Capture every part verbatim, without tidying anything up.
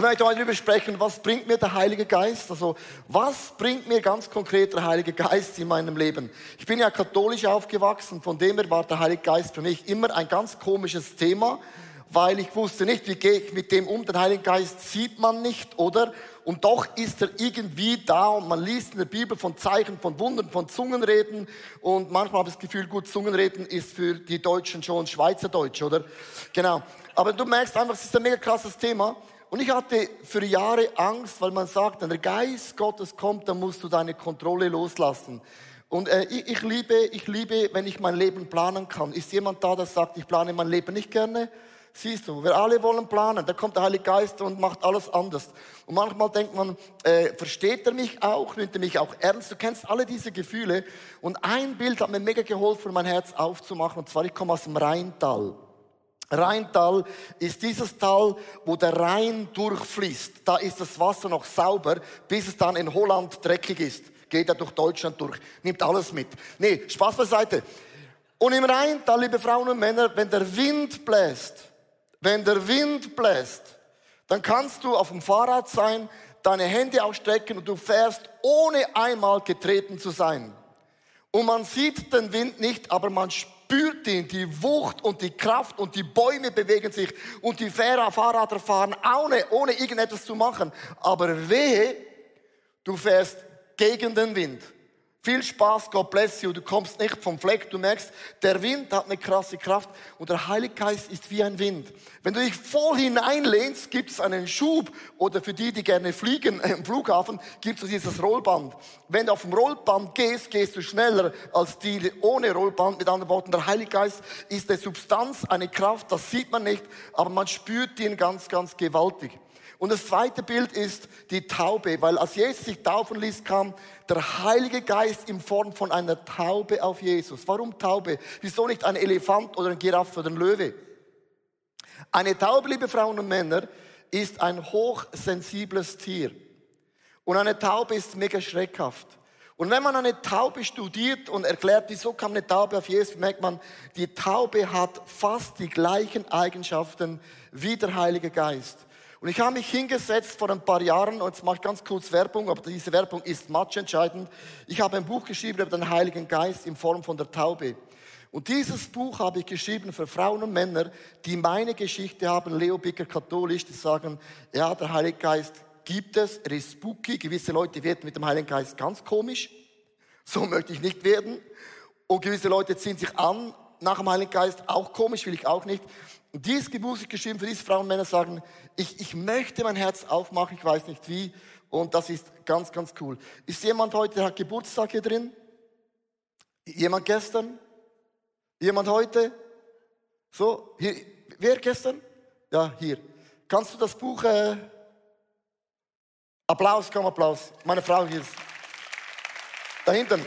möchte heute darüber sprechen, was bringt mir der Heilige Geist? Also, was bringt mir ganz konkret der Heilige Geist in meinem Leben? Ich bin ja katholisch aufgewachsen, von dem her war der Heilige Geist für mich immer ein ganz komisches Thema, weil ich wusste nicht, wie gehe ich mit dem um. Den Heiligen Geist sieht man nicht, oder? Und doch ist er irgendwie da und man liest in der Bibel von Zeichen, von Wundern, von Zungenreden und manchmal habe ich das Gefühl, gut, Zungenreden ist für die Deutschen schon Schweizerdeutsch, oder? Genau. Aber du merkst einfach, es ist ein mega krasses Thema. Und ich hatte für Jahre Angst, weil man sagt, wenn der Geist Gottes kommt, dann musst du deine Kontrolle loslassen. Und äh, ich, ich liebe, ich liebe, wenn ich mein Leben planen kann. Ist jemand da, der sagt, ich plane mein Leben nicht gerne? Siehst du, wir alle wollen planen, da kommt der Heilige Geist und macht alles anders. Und manchmal denkt man, äh, versteht er mich auch, nimmt er mich auch ernst? Du kennst alle diese Gefühle. Und ein Bild hat mir mega geholfen, mein Herz aufzumachen. Und zwar, ich komme aus dem Rheintal. Rheintal ist dieses Tal, wo der Rhein durchfließt. Da ist das Wasser noch sauber, bis es dann in Holland dreckig ist. Geht er durch Deutschland durch, nimmt alles mit. Nee, Spaß beiseite. Und im Rheintal, liebe Frauen und Männer, wenn der Wind bläst, wenn der Wind bläst, dann kannst du auf dem Fahrrad sein, deine Hände ausstrecken und du fährst, ohne einmal getreten zu sein. Und man sieht den Wind nicht, aber man spürt ihn, die Wucht und die Kraft und die Bäume bewegen sich und die Fahrräder fahren, ohne, ohne irgendetwas zu machen. Aber wehe, du fährst gegen den Wind. Viel Spaß, God bless you, du kommst nicht vom Fleck, du merkst, der Wind hat eine krasse Kraft und der Heilige Geist ist wie ein Wind. Wenn du dich voll hineinlehnst, gibt es einen Schub oder für die, die gerne fliegen im Flughafen, gibt es dieses Rollband. Wenn du auf dem Rollband gehst, gehst du schneller als die ohne Rollband. Mit anderen Worten, der Heilige Geist ist eine Substanz, eine Kraft, das sieht man nicht, aber man spürt ihn ganz, ganz gewaltig. Und das zweite Bild ist die Taube, weil als Jesus sich taufen ließ, kam der Heilige Geist in Form von einer Taube auf Jesus. Warum Taube? Wieso nicht ein Elefant oder ein Giraffe oder ein Löwe? Eine Taube, liebe Frauen und Männer, ist ein hochsensibles Tier. Und eine Taube ist mega schreckhaft. Und wenn man eine Taube studiert und erklärt, wieso kam eine Taube auf Jesus, merkt man, die Taube hat fast die gleichen Eigenschaften wie der Heilige Geist. Und ich habe mich hingesetzt vor ein paar Jahren, und jetzt mache ich ganz kurz Werbung, aber diese Werbung ist matchentscheidend. Ich habe ein Buch geschrieben über den Heiligen Geist in Form von der Taube. Und dieses Buch habe ich geschrieben für Frauen und Männer, die meine Geschichte haben, Leo Bicker katholisch, die sagen, ja, der Heilige Geist gibt es, er ist spooky. Gewisse Leute werden mit dem Heiligen Geist ganz komisch. So möchte ich nicht werden. Und gewisse Leute ziehen sich an nach dem Heiligen Geist, auch komisch, will ich auch nicht. Und dieses Buch ist geschrieben für diese Frauen und Männer, sagen, ich, ich möchte mein Herz aufmachen, ich weiß nicht wie. Und das ist ganz, ganz cool. Ist jemand heute, der hat Geburtstag hier drin? Jemand gestern? Jemand heute? So, hier, wer gestern? Ja, hier. Kannst du das Buch, äh, Applaus, komm, Applaus. Meine Frau hier ist da hinten.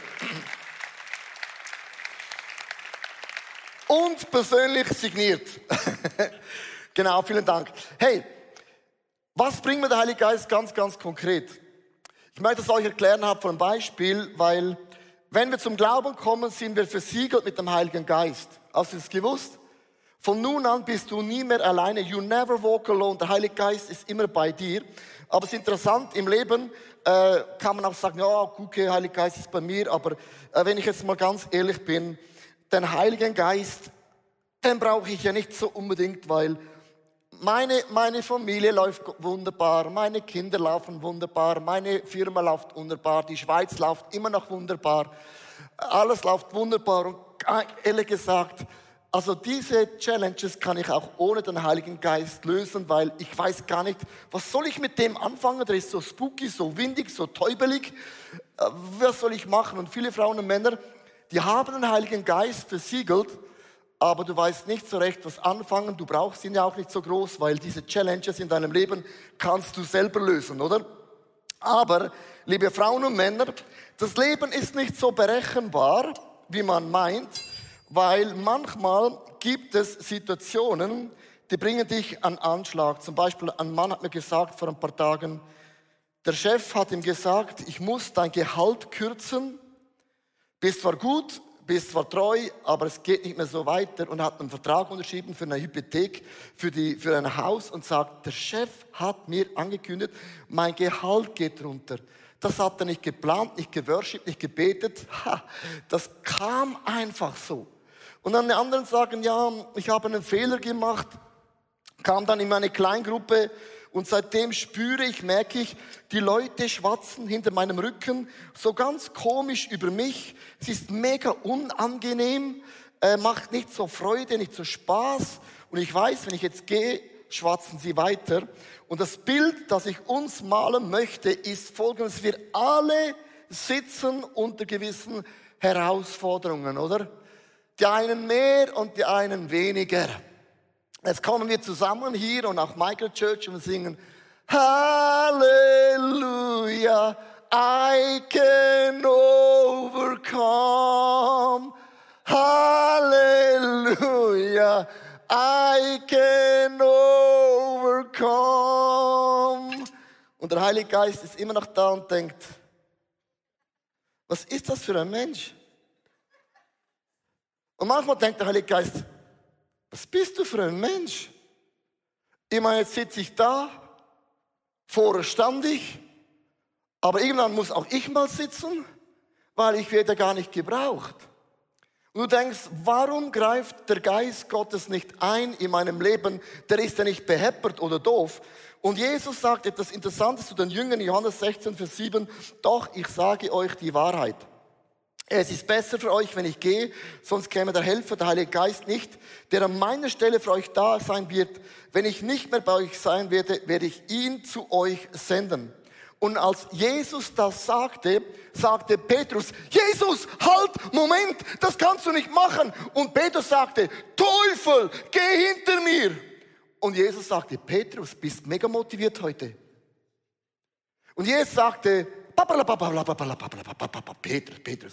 Und persönlich signiert. Genau, vielen Dank. Hey, was bringt mir der Heilige Geist ganz, ganz konkret? Ich möchte es euch erklären anhand von einem Beispiel, weil wenn wir zum Glauben kommen, sind wir versiegelt mit dem Heiligen Geist. Hast du es gewusst? Von nun an bist du nie mehr alleine. You never walk alone. Der Heilige Geist ist immer bei dir. Aber es ist interessant, im Leben äh, kann man auch sagen, ja, okay, der Heilige Geist ist bei mir. Aber äh, wenn ich jetzt mal ganz ehrlich bin, den Heiligen Geist, den brauche ich ja nicht so unbedingt, weil meine, meine Familie läuft wunderbar, meine Kinder laufen wunderbar, meine Firma läuft wunderbar, die Schweiz läuft immer noch wunderbar, alles läuft wunderbar. Und ehrlich gesagt, also diese Challenges kann ich auch ohne den Heiligen Geist lösen, weil ich weiß gar nicht, was soll ich mit dem anfangen? Der ist so spooky, so windig, so teubelig. Was soll ich machen? Und viele Frauen und Männer, die haben den Heiligen Geist versiegelt, aber du weißt nicht so recht, was anfangen. Du brauchst ihn ja auch nicht so groß, weil diese Challenges in deinem Leben kannst du selber lösen, oder? Aber, liebe Frauen und Männer, das Leben ist nicht so berechenbar, wie man meint, weil manchmal gibt es Situationen, die bringen dich an Anschlag. Zum Beispiel, ein Mann hat mir gesagt vor ein paar Tagen, der Chef hat ihm gesagt, ich muss dein Gehalt kürzen. Bist zwar gut, bist zwar treu, aber es geht nicht mehr so weiter und hat einen Vertrag unterschrieben für eine Hypothek, für, die, für ein Haus und sagt, der Chef hat mir angekündigt, mein Gehalt geht runter. Das hat er nicht geplant, nicht geworshipped, nicht gebetet. Ha, das kam einfach so. Und dann die anderen sagen, ja, ich habe einen Fehler gemacht, kam dann in meine Kleingruppe und seitdem spüre ich, merke ich, die Leute schwatzen hinter meinem Rücken so ganz komisch über mich. Es ist mega unangenehm, äh, macht nicht so Freude, nicht so Spaß. Und ich weiß, wenn ich jetzt gehe, schwatzen sie weiter. Und das Bild, das ich uns malen möchte, ist folgendes. Wir alle sitzen unter gewissen Herausforderungen, oder? Die einen mehr und die einen weniger. Jetzt kommen wir zusammen hier und auch Michael Church und singen Halleluja, I can overcome. Halleluja, I can overcome. Und der Heilige Geist ist immer noch da und denkt, was ist das für ein Mensch? Und manchmal denkt der Heilige Geist, was bist du für ein Mensch? Ich meine, jetzt sitze ich da, vorher stand ich, aber irgendwann muss auch ich mal sitzen, weil ich werde gar nicht gebraucht. Und du denkst, warum greift der Geist Gottes nicht ein in meinem Leben? Der ist ja nicht beheppert oder doof. Und Jesus sagt etwas Interessantes zu den Jüngern, Johannes sechzehn, Vers sieben, doch ich sage euch die Wahrheit. Es ist besser für euch, wenn ich gehe, sonst käme der Helfer, der Heilige Geist nicht, der an meiner Stelle für euch da sein wird. Wenn ich nicht mehr bei euch sein werde, werde ich ihn zu euch senden. Und als Jesus das sagte, sagte Petrus, Jesus, halt, Moment, das kannst du nicht machen. Und Petrus sagte, Teufel, geh hinter mir. Und Jesus sagte, Petrus, bist mega motiviert heute. Und Jesus sagte, Petrus, Petrus.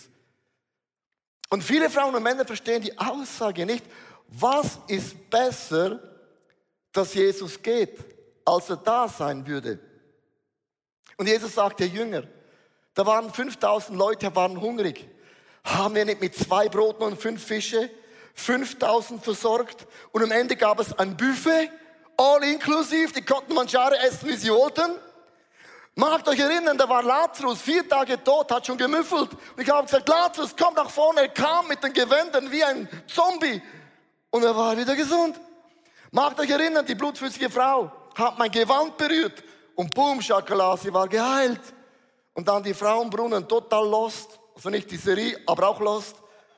Und viele Frauen und Männer verstehen die Aussage nicht. Was ist besser, dass Jesus geht, als er da sein würde? Und Jesus sagt der Jünger, da waren fünftausend Leute, waren hungrig. Haben wir nicht mit zwei Broten und fünf Fische fünftausend versorgt? Und am Ende gab es ein Buffet, all inklusiv, die konnten Mangiare essen, wie sie wollten. Mag euch erinnern, da war Lazarus, vier Tage tot, hat schon gemüffelt. Und ich habe gesagt, Lazarus, komm nach vorne. Er kam mit den Gewändern wie ein Zombie. Und er war wieder gesund. Mag euch erinnern, die blutflüssige Frau hat mein Gewand berührt. Und boom, Schakala, sie war geheilt. Und dann die Frau im Brunnen, total lost. Also nicht die Serie, aber auch lost.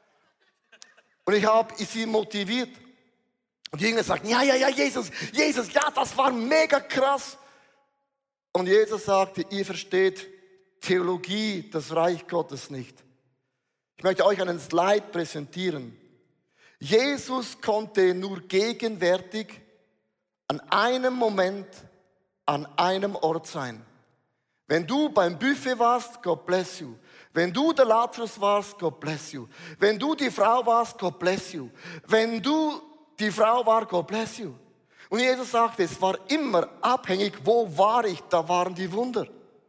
Und ich habe sie motiviert. Und die Jünger sagten, ja, ja, ja, Jesus, Jesus, ja, das war mega krass. Und Jesus sagte, ihr versteht Theologie, das Reich Gottes nicht. Ich möchte euch einen Slide präsentieren. Jesus konnte nur gegenwärtig an einem Moment, an einem Ort sein. Wenn du beim Buffet warst, God bless you. Wenn du der Lazarus warst, God bless you. Wenn du die Frau warst, God bless you. Wenn du die Frau warst, God bless you. Und Jesus sagte, es war immer abhängig, wo war ich, da waren die Wunder.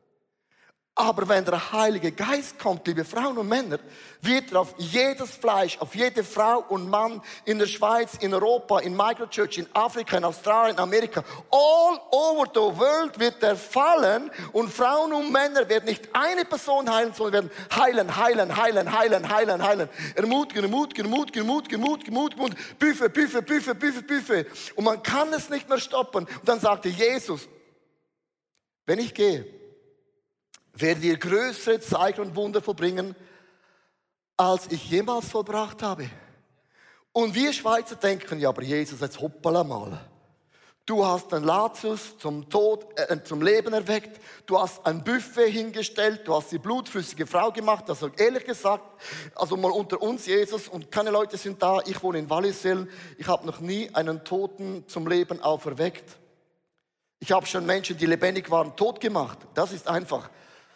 Aber wenn der Heilige Geist kommt, liebe Frauen und Männer, wird er auf jedes Fleisch, auf jede Frau und Mann in der Schweiz, in Europa, in Michael Church, in Afrika, in Australien, in Amerika, all over the world wird er fallen und Frauen und Männer werden nicht eine Person heilen, sondern werden heilen, heilen, heilen, heilen, heilen, heilen. Ermutigen, ermutigen, ermutigen, ermutigen, ermutigen, ermutigen, Buffet, Buffet, Buffet, Buffet, Buffet. Und man kann es nicht mehr stoppen. Und dann sagte Jesus, wenn ich gehe, werdet ihr größere Zeichen und Wunder vollbringen, als ich jemals vollbracht habe. Und wir Schweizer denken, ja, aber Jesus, jetzt hoppala mal. Du hast den Lazarus zum Tod, äh, zum Leben erweckt. Du hast ein Buffet hingestellt. Du hast die blutflüssige Frau gemacht. Also ehrlich gesagt, also mal unter uns Jesus und keine Leute sind da. Ich wohne in Wallisellen. Ich habe noch nie einen Toten zum Leben auferweckt. Ich habe schon Menschen, die lebendig waren, tot gemacht. Das ist einfach.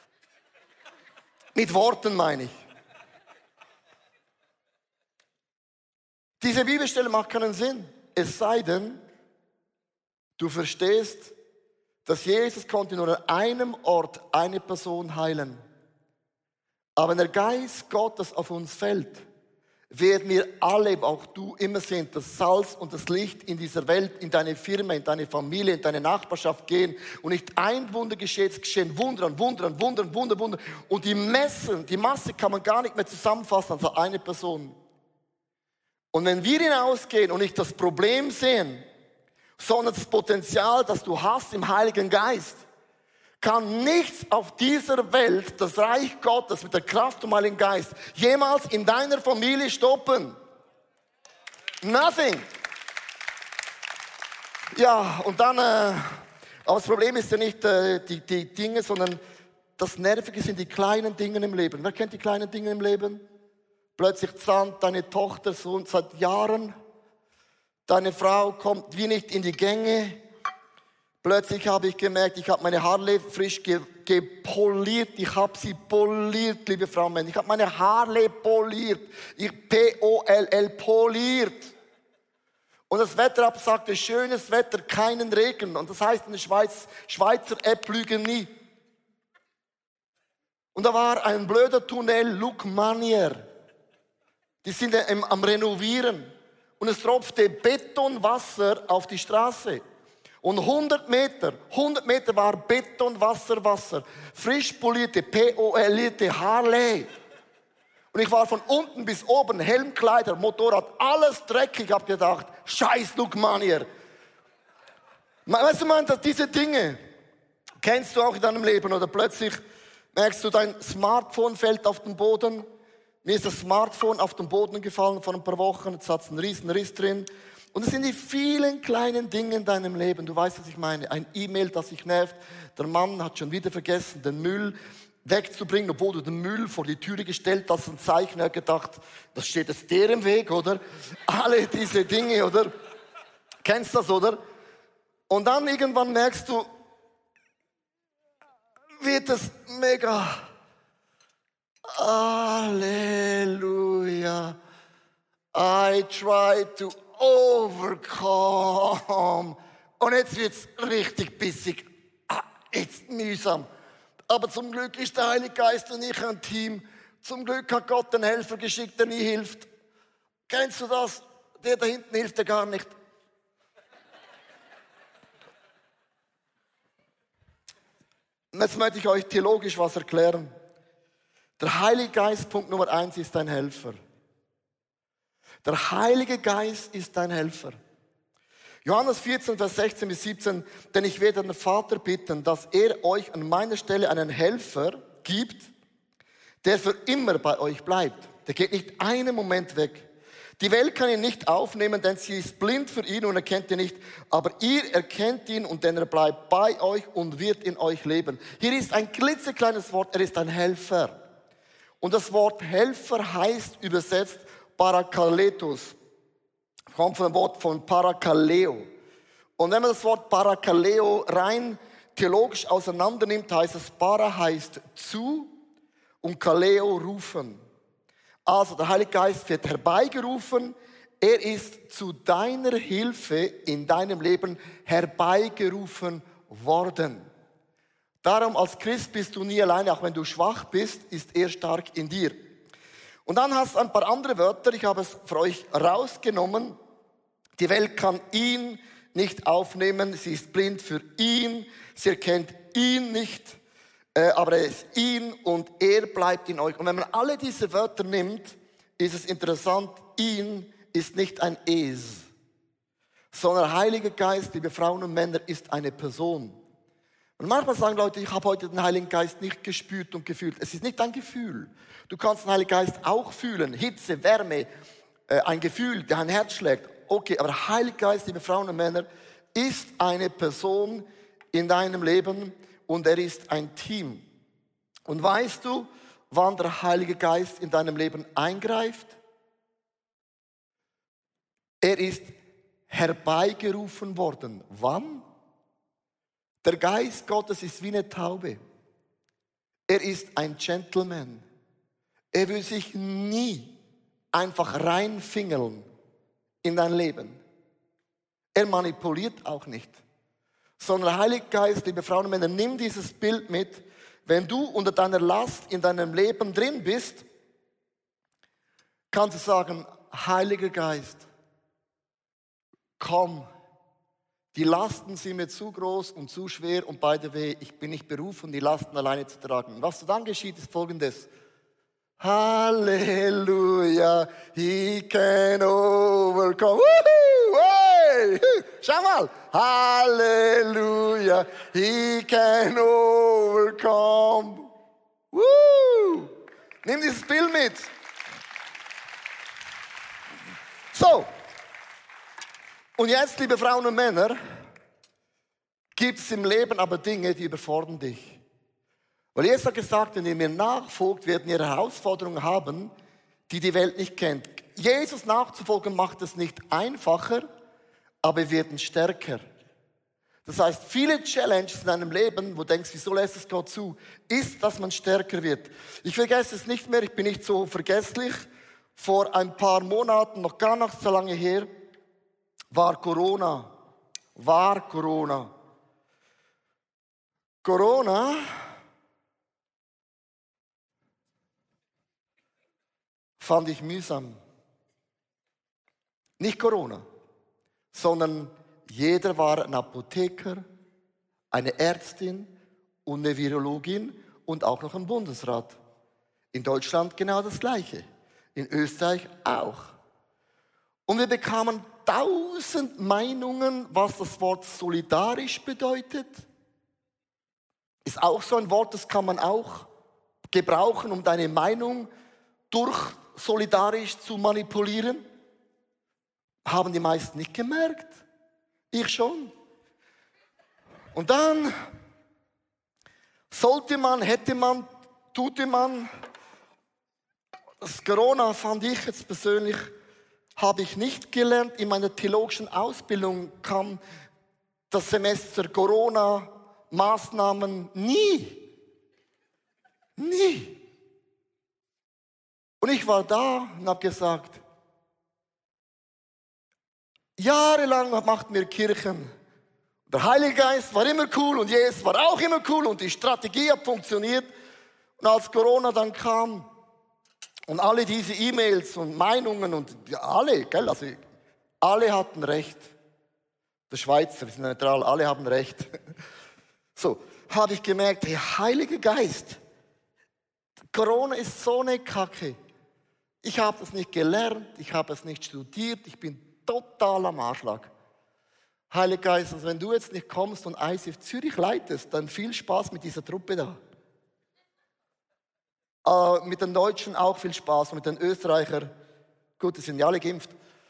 Mit Worten meine ich. Diese Bibelstelle macht keinen Sinn. Es sei denn, du verstehst, dass Jesus konnte nur an einem Ort eine Person heilen. Aber wenn der Geist Gottes auf uns fällt, werden wir alle, auch du, immer sehen, das Salz und das Licht in dieser Welt, in deine Firma, in deine Familie, in deine Nachbarschaft gehen und nicht ein Wunder geschieht, es geschehen Wunder an Wunder an Wunder an Wunder, Wunder. Und die Messen, die Masse kann man gar nicht mehr zusammenfassen als eine Person. Und wenn wir hinausgehen und nicht das Problem sehen, sondern das Potenzial, das du hast im Heiligen Geist, kann nichts auf dieser Welt, das Reich Gottes mit der Kraft vom Heiligen Geist, jemals in deiner Familie stoppen. Nothing. Ja, und dann, äh, aber das Problem ist ja nicht äh, die, die Dinge, sondern das Nervige sind die kleinen Dinge im Leben. Wer kennt die kleinen Dinge im Leben? Plötzlich zahnt deine Tochter so seit Jahren, deine Frau kommt wie nicht in die Gänge. Plötzlich habe ich gemerkt, ich habe meine Haare frisch ge gepoliert. Ich habe sie poliert, liebe Frauen. Ich habe meine Haare poliert. Ich P O L L, poliert. Und das Wetter sagte, schönes Wetter, keinen Regen. Und das heißt in der Schweiz, Schweizer App lügen nie. Und da war ein blöder Tunnel, Luc Manier. Die sind am Renovieren. Und es tropfte Betonwasser auf die Straße. Und hundert Meter, hundert Meter war Beton, Wasser, Wasser. Frisch polierte, P O L-ierte Harley. Und ich war von unten bis oben, Helmkleider, Motorrad, alles dreckig. Ich habe gedacht, scheiß Luc Manier. Weißt du, man, dass diese Dinge kennst du auch in deinem Leben. Oder plötzlich merkst du, dein Smartphone fällt auf den Boden. Mir ist das Smartphone auf den Boden gefallen vor ein paar Wochen. Jetzt hat es einen riesen Riss drin. Und es sind die vielen kleinen Dinge in deinem Leben. Du weißt, was ich meine. Ein E-Mail, das sich nervt. Der Mann hat schon wieder vergessen, den Müll wegzubringen, obwohl du den Müll vor die Türe gestellt hast. Ein Zeichen, er hat gedacht, das steht jetzt der im Weg, oder? Alle diese Dinge, oder? Kennst du das, oder? Und dann irgendwann merkst du, wird es mega. Halleluja. I try to overcome. Und jetzt wird es richtig bissig. Ah, jetzt mühsam. Aber zum Glück ist der Heilige Geist und ich ein Team. Zum Glück hat Gott einen Helfer geschickt, der nie hilft. Kennst du das? Der da hinten hilft dir gar nicht. Und jetzt möchte ich euch theologisch was erklären. Der Heilige Geist, Punkt Nummer eins, ist ein Helfer. Der Heilige Geist ist dein Helfer. Johannes vierzehn, Vers sechzehn bis siebzehn. Denn ich werde den Vater bitten, dass er euch an meiner Stelle einen Helfer gibt, der für immer bei euch bleibt. Der geht nicht einen Moment weg. Die Welt kann ihn nicht aufnehmen, denn sie ist blind für ihn und erkennt ihn nicht. Aber ihr erkennt ihn und denn er bleibt bei euch und wird in euch leben. Hier ist ein klitzekleines Wort, er ist ein Helfer. Und das Wort Helfer heißt übersetzt Parakletos. Kommt von dem Wort von Parakaleo. Und wenn man das Wort Parakaleo rein theologisch auseinander nimmt, heißt es, Para heißt zu und Kaleo rufen. Also der Heilige Geist wird herbeigerufen, er ist zu deiner Hilfe in deinem Leben herbeigerufen worden. Darum als Christ bist du nie alleine, auch wenn du schwach bist, ist er stark in dir. Und dann hast du ein paar andere Wörter, ich habe es für euch rausgenommen. Die Welt kann ihn nicht aufnehmen, sie ist blind für ihn, sie erkennt ihn nicht, äh, aber er ist ihn und er bleibt in euch. Und wenn man alle diese Wörter nimmt, ist es interessant, ihn ist nicht ein Es, sondern der Heilige Geist, liebe Frauen und Männer, ist eine Person. Und manchmal sagen Leute, ich habe heute den Heiligen Geist nicht gespürt und gefühlt. Es ist nicht ein Gefühl. Du kannst den Heiligen Geist auch fühlen, Hitze, Wärme, äh, ein Gefühl, der ein Herz schlägt. Okay, aber der Heilige Geist, liebe Frauen und Männer, ist eine Person in deinem Leben und er ist ein Team. Und weißt du, wann der Heilige Geist in deinem Leben eingreift? Er ist herbeigerufen worden. Wann? Der Geist Gottes ist wie eine Taube. Er ist ein Gentleman. Er will sich nie einfach reinfingeln in dein Leben. Er manipuliert auch nicht. Sondern der Heilige Geist, liebe Frauen und Männer, nimm dieses Bild mit. Wenn du unter deiner Last in deinem Leben drin bist, kannst du sagen, Heiliger Geist, komm, die Lasten sind mir zu groß und zu schwer und by the way, ich bin nicht berufen, die Lasten alleine zu tragen. Und was dann geschieht, ist Folgendes. Halleluja, he can overcome. Woohoo, hey, schau mal. Halleluja, he can overcome. Woo. Nimm dieses Bild mit. So. Und jetzt, liebe Frauen und Männer, gibt es im Leben aber Dinge, die überfordern dich. Weil Jesus hat gesagt, wenn ihr mir nachfolgt, werden ihr Herausforderungen haben, die die Welt nicht kennt. Jesus nachzufolgen macht es nicht einfacher, aber wir werden stärker. Das heißt, viele Challenges in deinem Leben, wo du denkst, wieso lässt es Gott zu, ist, dass man stärker wird. Ich vergesse es nicht mehr, ich bin nicht so vergesslich. Vor ein paar Monaten, noch gar nicht so lange her, war Corona. War Corona. Corona fand ich mühsam. Nicht Corona, sondern jeder war ein Apotheker, eine Ärztin und eine Virologin und auch noch ein Bundesrat. In Deutschland genau das Gleiche. In Österreich auch. Und wir bekamen tausend Meinungen, was das Wort solidarisch bedeutet. Ist auch so ein Wort, das kann man auch gebrauchen, um deine Meinung durch solidarisch zu manipulieren. Haben die meisten nicht gemerkt. Ich schon. Und dann sollte man, hätte man, tute man. Das Corona fand ich jetzt persönlich, habe ich nicht gelernt. In meiner theologischen Ausbildung kam das Semester Corona-Maßnahmen nie. Nie. Und ich war da und habe gesagt, jahrelang machten wir Kirchen. Der Heilige Geist war immer cool und Jesus war auch immer cool und die Strategie hat funktioniert. Und als Corona dann kam und alle diese E-Mails und Meinungen und alle, gell, also alle hatten recht. Der Schweizer ist neutral, alle haben recht. So, habe ich gemerkt, hey, Heiliger Geist, Corona ist so eine Kacke. Ich habe das nicht gelernt, ich habe es nicht studiert, ich bin total am Arschlag. Heiliger Geist, also wenn du jetzt nicht kommst und I C F Zürich leitest, dann viel Spaß mit dieser Truppe da. Äh, mit den Deutschen auch viel Spaß und mit den Österreichern. Gut, die sind ja alle geimpft.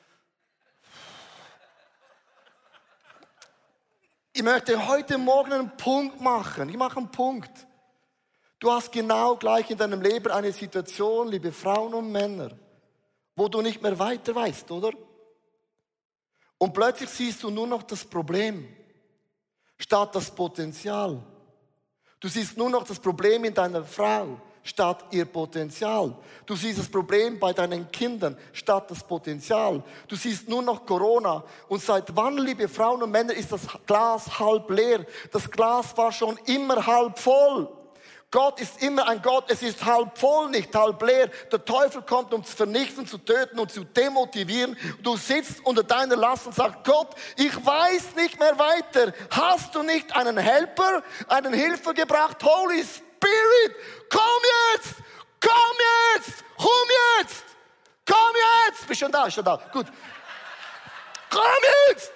Ich möchte heute Morgen einen Punkt machen. Ich mache einen Punkt. Du hast genau gleich in deinem Leben eine Situation, liebe Frauen und Männer, wo du nicht mehr weiter weißt, oder? Und plötzlich siehst du nur noch das Problem, statt das Potenzial. Du siehst nur noch das Problem in deiner Frau, statt ihr Potenzial. Du siehst das Problem bei deinen Kindern, statt das Potenzial. Du siehst nur noch Corona. Und seit wann, liebe Frauen und Männer, ist das Glas halb leer? Das Glas war schon immer halb voll. Gott ist immer ein Gott, es ist halb voll, nicht halb leer. Der Teufel kommt, um zu vernichten, zu töten und zu demotivieren. Du sitzt unter deiner Last und sagst, Gott, ich weiß nicht mehr weiter. Hast du nicht einen Helper, einen Hilfe gebracht? Holy Spirit, komm jetzt, komm jetzt, komm jetzt, komm jetzt. Bist schon da, schon da, gut. Komm jetzt.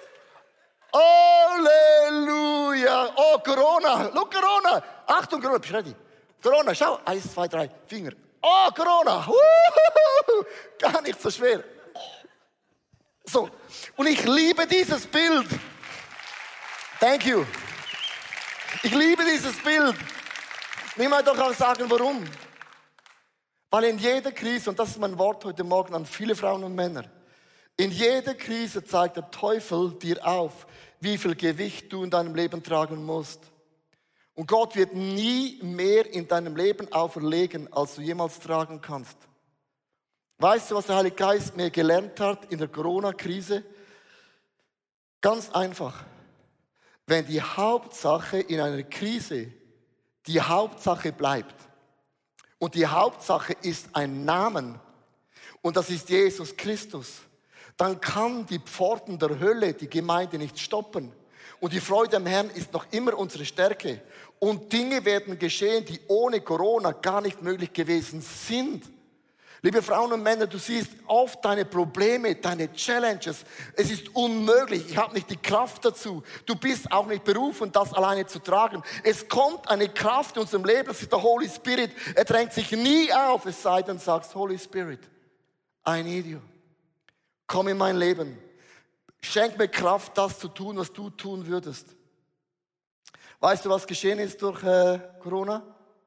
Halleluja. Oh, Corona, look, Corona. Achtung, Corona, bist du ready? Corona, schau, eins, zwei, drei, Finger. Oh, Corona, Uhuhu. Gar nicht so schwer. So, und ich liebe dieses Bild. Thank you. Ich liebe dieses Bild. Ich möchte doch auch sagen, warum. Weil in jeder Krise, und das ist mein Wort heute Morgen an viele Frauen und Männer, in jeder Krise zeigt der Teufel dir auf, wie viel Gewicht du in deinem Leben tragen musst. Und Gott wird nie mehr in deinem Leben auferlegen, als du jemals tragen kannst. Weißt du, was der Heilige Geist mir gelernt hat in der Corona-Krise? Ganz einfach. Wenn die Hauptsache in einer Krise die Hauptsache bleibt und die Hauptsache ist ein Namen und das ist Jesus Christus, dann kann die Pforten der Hölle die Gemeinde nicht stoppen. Und die Freude am Herrn ist noch immer unsere Stärke. Und Dinge werden geschehen, die ohne Corona gar nicht möglich gewesen sind. Liebe Frauen und Männer, du siehst oft deine Probleme, deine Challenges. Es ist unmöglich. Ich habe nicht die Kraft dazu. Du bist auch nicht berufen, das alleine zu tragen. Es kommt eine Kraft in unserem Leben, das ist der Holy Spirit. Er drängt sich nie auf, es sei denn, du sagst, Holy Spirit, I need you. Komm in mein Leben. Schenk mir Kraft, das zu tun, was du tun würdest. Weißt du, was geschehen ist durch äh, Corona?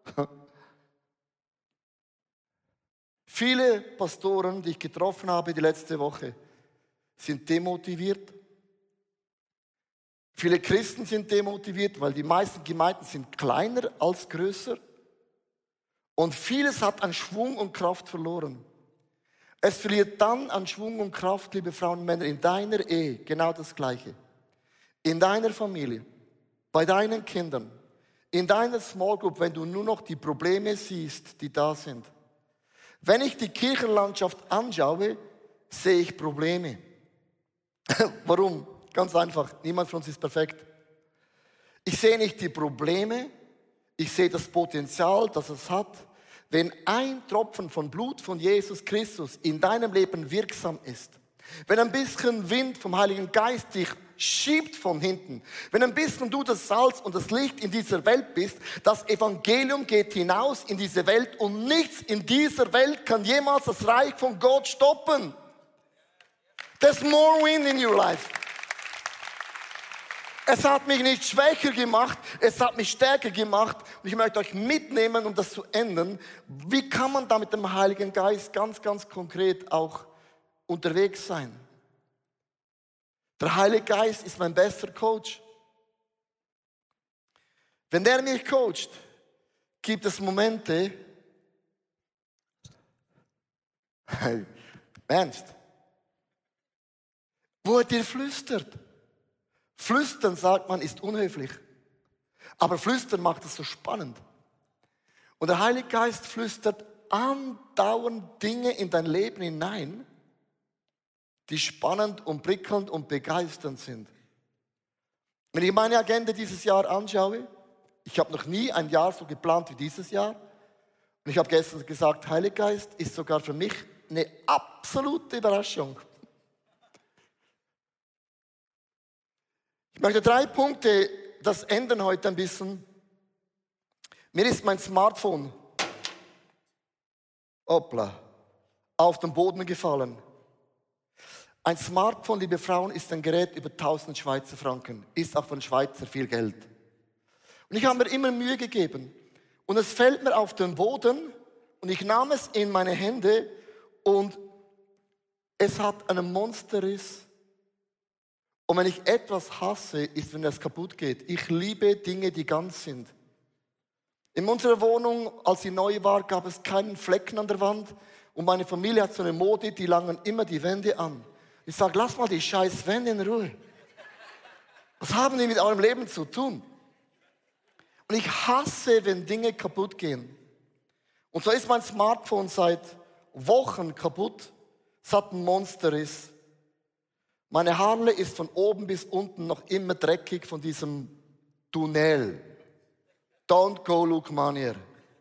Viele Pastoren, die ich getroffen habe die letzte Woche, sind demotiviert. Viele Christen sind demotiviert, weil die meisten Gemeinden sind kleiner als größer. Und vieles hat an Schwung und Kraft verloren. Es verliert dann an Schwung und Kraft, liebe Frauen und Männer, in deiner Ehe genau das Gleiche. In deiner Familie, bei deinen Kindern, in deiner Small Group, wenn du nur noch die Probleme siehst, die da sind. Wenn ich die Kirchenlandschaft anschaue, sehe ich Probleme. Warum? Ganz einfach, niemand von uns ist perfekt. Ich sehe nicht die Probleme, ich sehe das Potenzial, das es hat. Wenn ein Tropfen von Blut von Jesus Christus in deinem Leben wirksam ist, wenn ein bisschen Wind vom Heiligen Geist dich schiebt von hinten, wenn ein bisschen du das Salz und das Licht in dieser Welt bist, das Evangelium geht hinaus in diese Welt und nichts in dieser Welt kann jemals das Reich von Gott stoppen. There's more wind in your life. Es hat mich nicht schwächer gemacht, es hat mich stärker gemacht. Und ich möchte euch mitnehmen, um das zu ändern. Wie kann man da mit dem Heiligen Geist ganz, ganz konkret auch unterwegs sein? Der Heilige Geist ist mein bester Coach. Wenn der mich coacht, gibt es Momente, ernst, wo er dir flüstert. Flüstern, sagt man, ist unhöflich. Aber Flüstern macht es so spannend. Und der Heilige Geist flüstert andauernd Dinge in dein Leben hinein, die spannend und prickelnd und begeisternd sind. Wenn ich meine Agenda dieses Jahr anschaue, ich habe noch nie ein Jahr so geplant wie dieses Jahr. Und ich habe gestern gesagt, Heiliger Geist ist sogar für mich eine absolute Überraschung. Ich möchte drei Punkte das ändern heute ein bisschen. Mir ist mein Smartphone hoppla, auf den Boden gefallen. Ein Smartphone, liebe Frauen, ist ein Gerät über tausend Schweizer Franken. Ist auch von Schweizer viel Geld. Und ich habe mir immer Mühe gegeben. Und es fällt mir auf den Boden und ich nahm es in meine Hände und es hat einen Monsterriss. Und wenn ich etwas hasse, ist, wenn es kaputt geht. Ich liebe Dinge, die ganz sind. In unserer Wohnung, als sie neu war, gab es keinen Flecken an der Wand. Und meine Familie hat so eine Mode, die langen immer die Wände an. Ich sage, lass mal die scheiß Wände in Ruhe. Was haben die mit eurem Leben zu tun? Und ich hasse, wenn Dinge kaputt gehen. Und so ist mein Smartphone seit Wochen kaputt. Es hat einen Monsterriss. Meine Harle ist von oben bis unten noch immer dreckig von diesem Tunnel. Don't go look manier.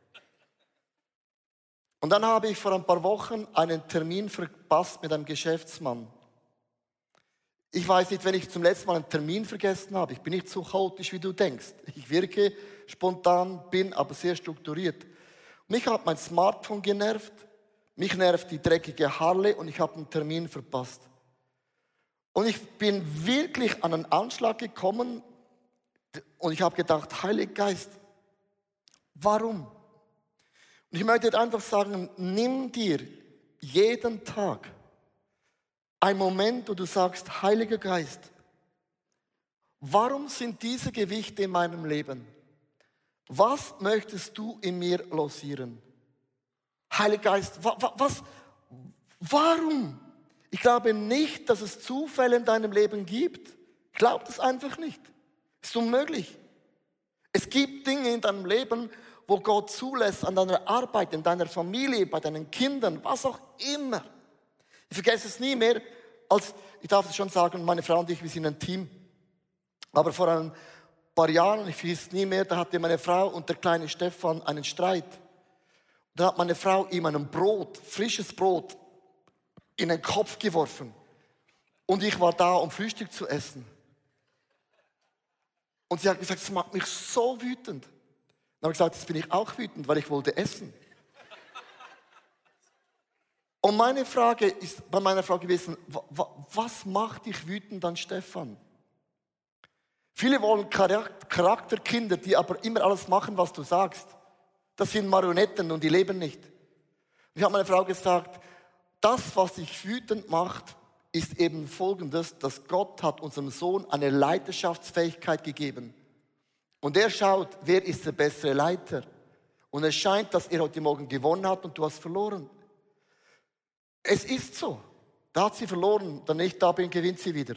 Und dann habe ich vor ein paar Wochen einen Termin verpasst mit einem Geschäftsmann. Ich weiß nicht, wenn ich zum letzten Mal einen Termin vergessen habe. Ich bin nicht so chaotisch, wie du denkst. Ich wirke spontan, bin aber sehr strukturiert. Mich hat mein Smartphone genervt, mich nervt die dreckige Harle und ich habe einen Termin verpasst. Und ich bin wirklich an einen Anschlag gekommen und ich habe gedacht, Heiliger Geist, warum? Und ich möchte dir einfach sagen, nimm dir jeden Tag einen Moment, wo du sagst, Heiliger Geist, warum sind diese Gewichte in meinem Leben? Was möchtest du in mir losieren? Heiliger Geist, wa, wa, was, warum? Ich glaube nicht, dass es Zufälle in deinem Leben gibt. Ich glaube das einfach nicht. Es ist unmöglich. Es gibt Dinge in deinem Leben, wo Gott zulässt, an deiner Arbeit, in deiner Familie, bei deinen Kindern, was auch immer. Ich vergesse es nie mehr, als, ich darf es schon sagen, meine Frau und ich, wir sind ein Team. Aber vor ein paar Jahren, ich vergesse es nie mehr, da hatte meine Frau und der kleine Stefan einen Streit. Da hat meine Frau ihm ein Brot, frisches Brot, in den Kopf geworfen. Und ich war da, um Frühstück zu essen. Und sie hat gesagt, das macht mich so wütend. Dann habe ich gesagt, jetzt bin ich auch wütend, weil ich wollte essen. Und meine Frage ist bei meiner Frau gewesen, was macht dich wütend an Stefan? Viele wollen Charakterkinder, die aber immer alles machen, was du sagst. Das sind Marionetten und die leben nicht. Ich habe meiner Frau gesagt, das, was dich wütend macht, ist eben Folgendes, dass Gott hat unserem Sohn eine Leiterschaftsfähigkeit gegeben. Und er schaut, wer ist der bessere Leiter. Und es scheint, dass er heute Morgen gewonnen hat und du hast verloren. Es ist so. Da hat sie verloren, dann ich da bin, gewinnt sie wieder.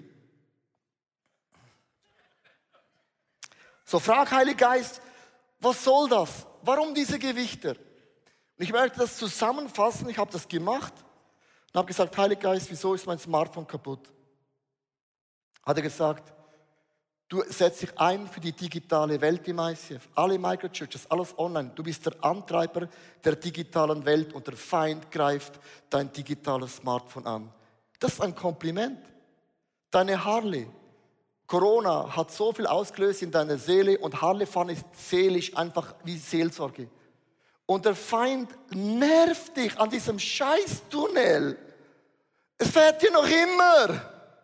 So, frag Heiliger Geist, was soll das? Warum diese Gewichter? Und ich möchte das zusammenfassen, ich habe das gemacht und habe gesagt, Heiliger Geist, wieso ist mein Smartphone kaputt? Hat er gesagt, du setzt dich ein für die digitale Welt im I C F. Alle Microchurches, alles online. Du bist der Antreiber der digitalen Welt und der Feind greift dein digitales Smartphone an. Das ist ein Kompliment. Deine Harley. Corona hat so viel ausgelöst in deiner Seele und Harley-Fahren ist seelisch einfach wie Seelsorge. Und der Feind nervt dich an diesem Scheißtunnel. Es fährt dir noch immer.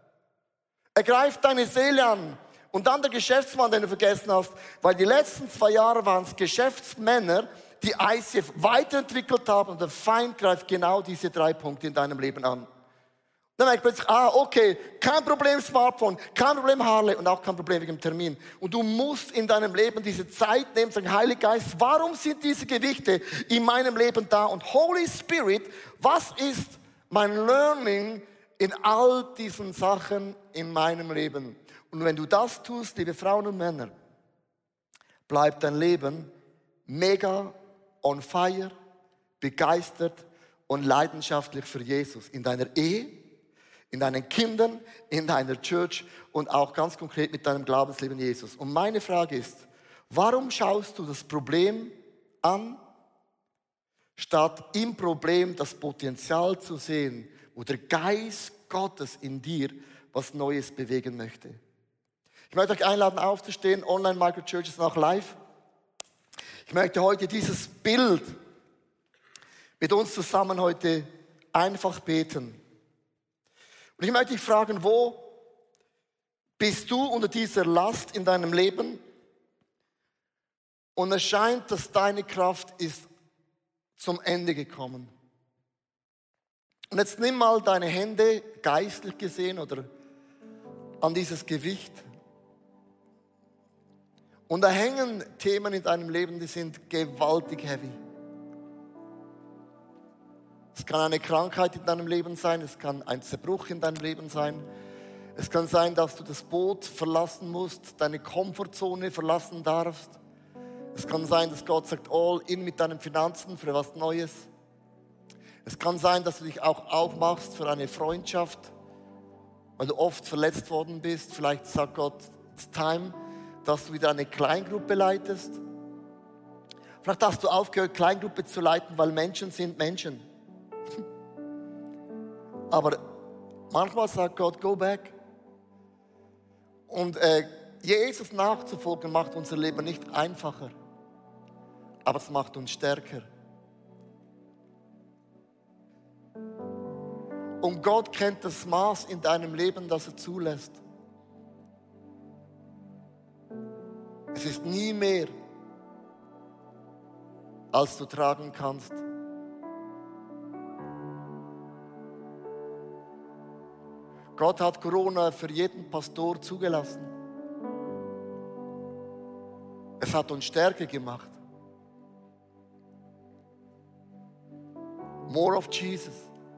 Er greift deine Seele an. Und dann der Geschäftsmann, den du vergessen hast, weil die letzten zwei Jahre waren es Geschäftsmänner, die I C F weiterentwickelt haben und der Feind greift genau diese drei Punkte in deinem Leben an. Dann merke ich plötzlich, ah, okay, kein Problem Smartphone, kein Problem Harley und auch kein Problem wegen dem Termin. Und du musst in deinem Leben diese Zeit nehmen und sagen, Heiliger Geist, warum sind diese Gewichte in meinem Leben da? Und Holy Spirit, was ist mein Learning in all diesen Sachen in meinem Leben? Und wenn du das tust, liebe Frauen und Männer, bleibt dein Leben mega on fire, begeistert und leidenschaftlich für Jesus. In deiner Ehe, in deinen Kindern, in deiner Church und auch ganz konkret mit deinem Glaubensleben Jesus. Und meine Frage ist, warum schaust du das Problem an, statt im Problem das Potenzial zu sehen, wo der Geist Gottes in dir was Neues bewegen möchte? Ich möchte euch einladen, aufzustehen, online Microchurches noch live. Ich möchte heute dieses Bild mit uns zusammen heute einfach beten. Und ich möchte dich fragen, wo bist du unter dieser Last in deinem Leben? Und es scheint, dass deine Kraft ist zum Ende gekommen. Und jetzt nimm mal deine Hände, geistlich gesehen, oder an dieses Gewicht. Und da hängen Themen in deinem Leben, die sind gewaltig heavy. Es kann eine Krankheit in deinem Leben sein, es kann ein Zerbruch in deinem Leben sein. Es kann sein, dass du das Boot verlassen musst, deine Komfortzone verlassen darfst. Es kann sein, dass Gott sagt, all in mit deinen Finanzen für was Neues. Es kann sein, dass du dich auch aufmachst für eine Freundschaft, weil du oft verletzt worden bist. Vielleicht sagt Gott, it's time, dass du wieder eine Kleingruppe leitest. Vielleicht hast du aufgehört, Kleingruppe zu leiten, weil Menschen sind Menschen. Aber manchmal sagt Gott, go back. Und äh, Jesus nachzufolgen macht unser Leben nicht einfacher, aber es macht uns stärker. Und Gott kennt das Maß in deinem Leben, das er zulässt. Es ist nie mehr, als du tragen kannst. Gott hat Corona für jeden Pastor zugelassen. Es hat uns stärker gemacht. More of Jesus.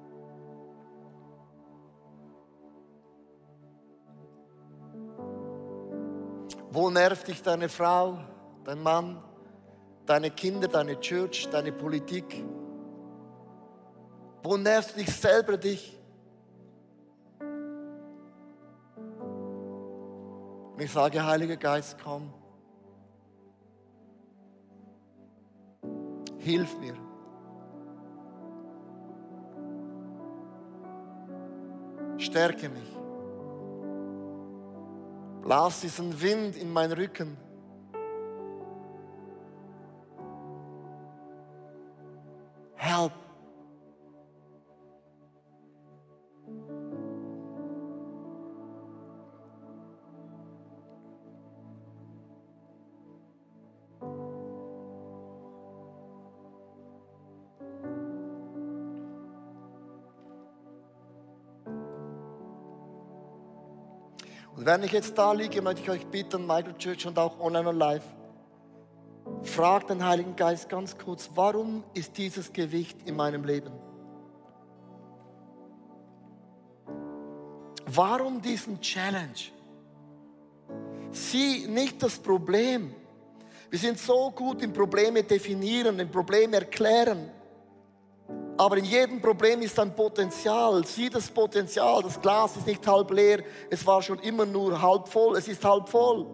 Wo nervt dich deine Frau, dein Mann, deine Kinder, deine Church, deine Politik? Wo nervst du dich selber dich? Und ich sage, Heiliger Geist, komm. Hilf mir. Stärke mich. Blas diesen Wind in meinen Rücken. Help. Und wenn ich jetzt da liege, möchte ich euch bitten, Michael Church und auch online und live, fragt den Heiligen Geist ganz kurz, warum ist dieses Gewicht in meinem Leben? Warum diesen Challenge? Sieh nicht das Problem. Wir sind so gut im Probleme definieren, im Probleme erklären. Aber in jedem Problem ist ein Potenzial. Sieh das Potenzial. Das Glas ist nicht halb leer. Es war schon immer nur halb voll. Es ist halb voll.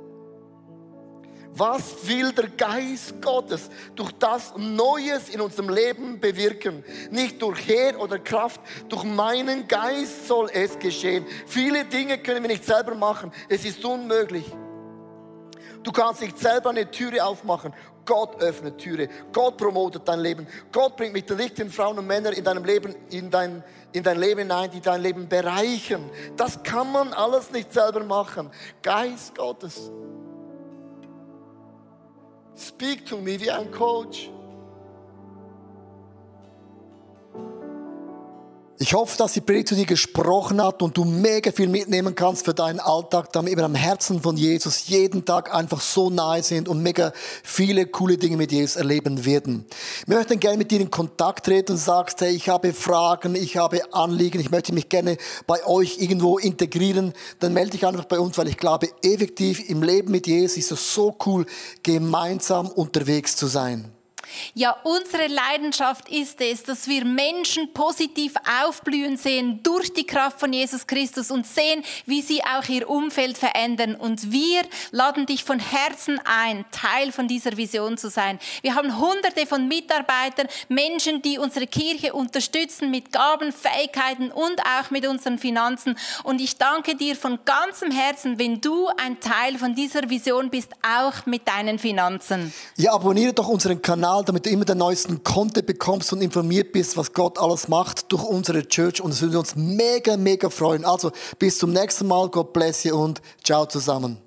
Was will der Geist Gottes durch das Neues in unserem Leben bewirken? Nicht durch Heer oder Kraft, durch meinen Geist soll es geschehen. Viele Dinge können wir nicht selber machen. Es ist unmöglich. Du kannst nicht selber eine Türe aufmachen. Gott öffnet Türe. Gott promotet dein Leben. Gott bringt mit den richtigen Frauen und Männern in deinem Leben, in dein, in dein Leben hinein, die dein Leben bereichern. Das kann man alles nicht selber machen. Geist Gottes. Speak to me wie ein Coach. Ich hoffe, dass die Predigt zu dir gesprochen hat und du mega viel mitnehmen kannst für deinen Alltag, damit wir am Herzen von Jesus jeden Tag einfach so nahe sind und mega viele coole Dinge mit Jesus erleben werden. Wir möchten gerne mit dir in Kontakt treten und sagst, hey, ich habe Fragen, ich habe Anliegen, ich möchte mich gerne bei euch irgendwo integrieren, dann melde dich einfach bei uns, weil ich glaube, effektiv im Leben mit Jesus ist es so cool, gemeinsam unterwegs zu sein. Ja, unsere Leidenschaft ist es, dass wir Menschen positiv aufblühen sehen durch die Kraft von Jesus Christus und sehen, wie sie auch ihr Umfeld verändern. Und wir laden dich von Herzen ein, Teil von dieser Vision zu sein. Wir haben hunderte von Mitarbeitern, Menschen, die unsere Kirche unterstützen mit Gaben, Fähigkeiten und auch mit unseren Finanzen. Und ich danke dir von ganzem Herzen, wenn du ein Teil von dieser Vision bist, auch mit deinen Finanzen. Ja, abonniere doch unseren Kanal, damit du immer den neuesten Content bekommst und informiert bist, was Gott alles macht durch unsere Church. Und es würde uns mega, mega freuen. Also bis zum nächsten Mal. Gott bless you und ciao zusammen.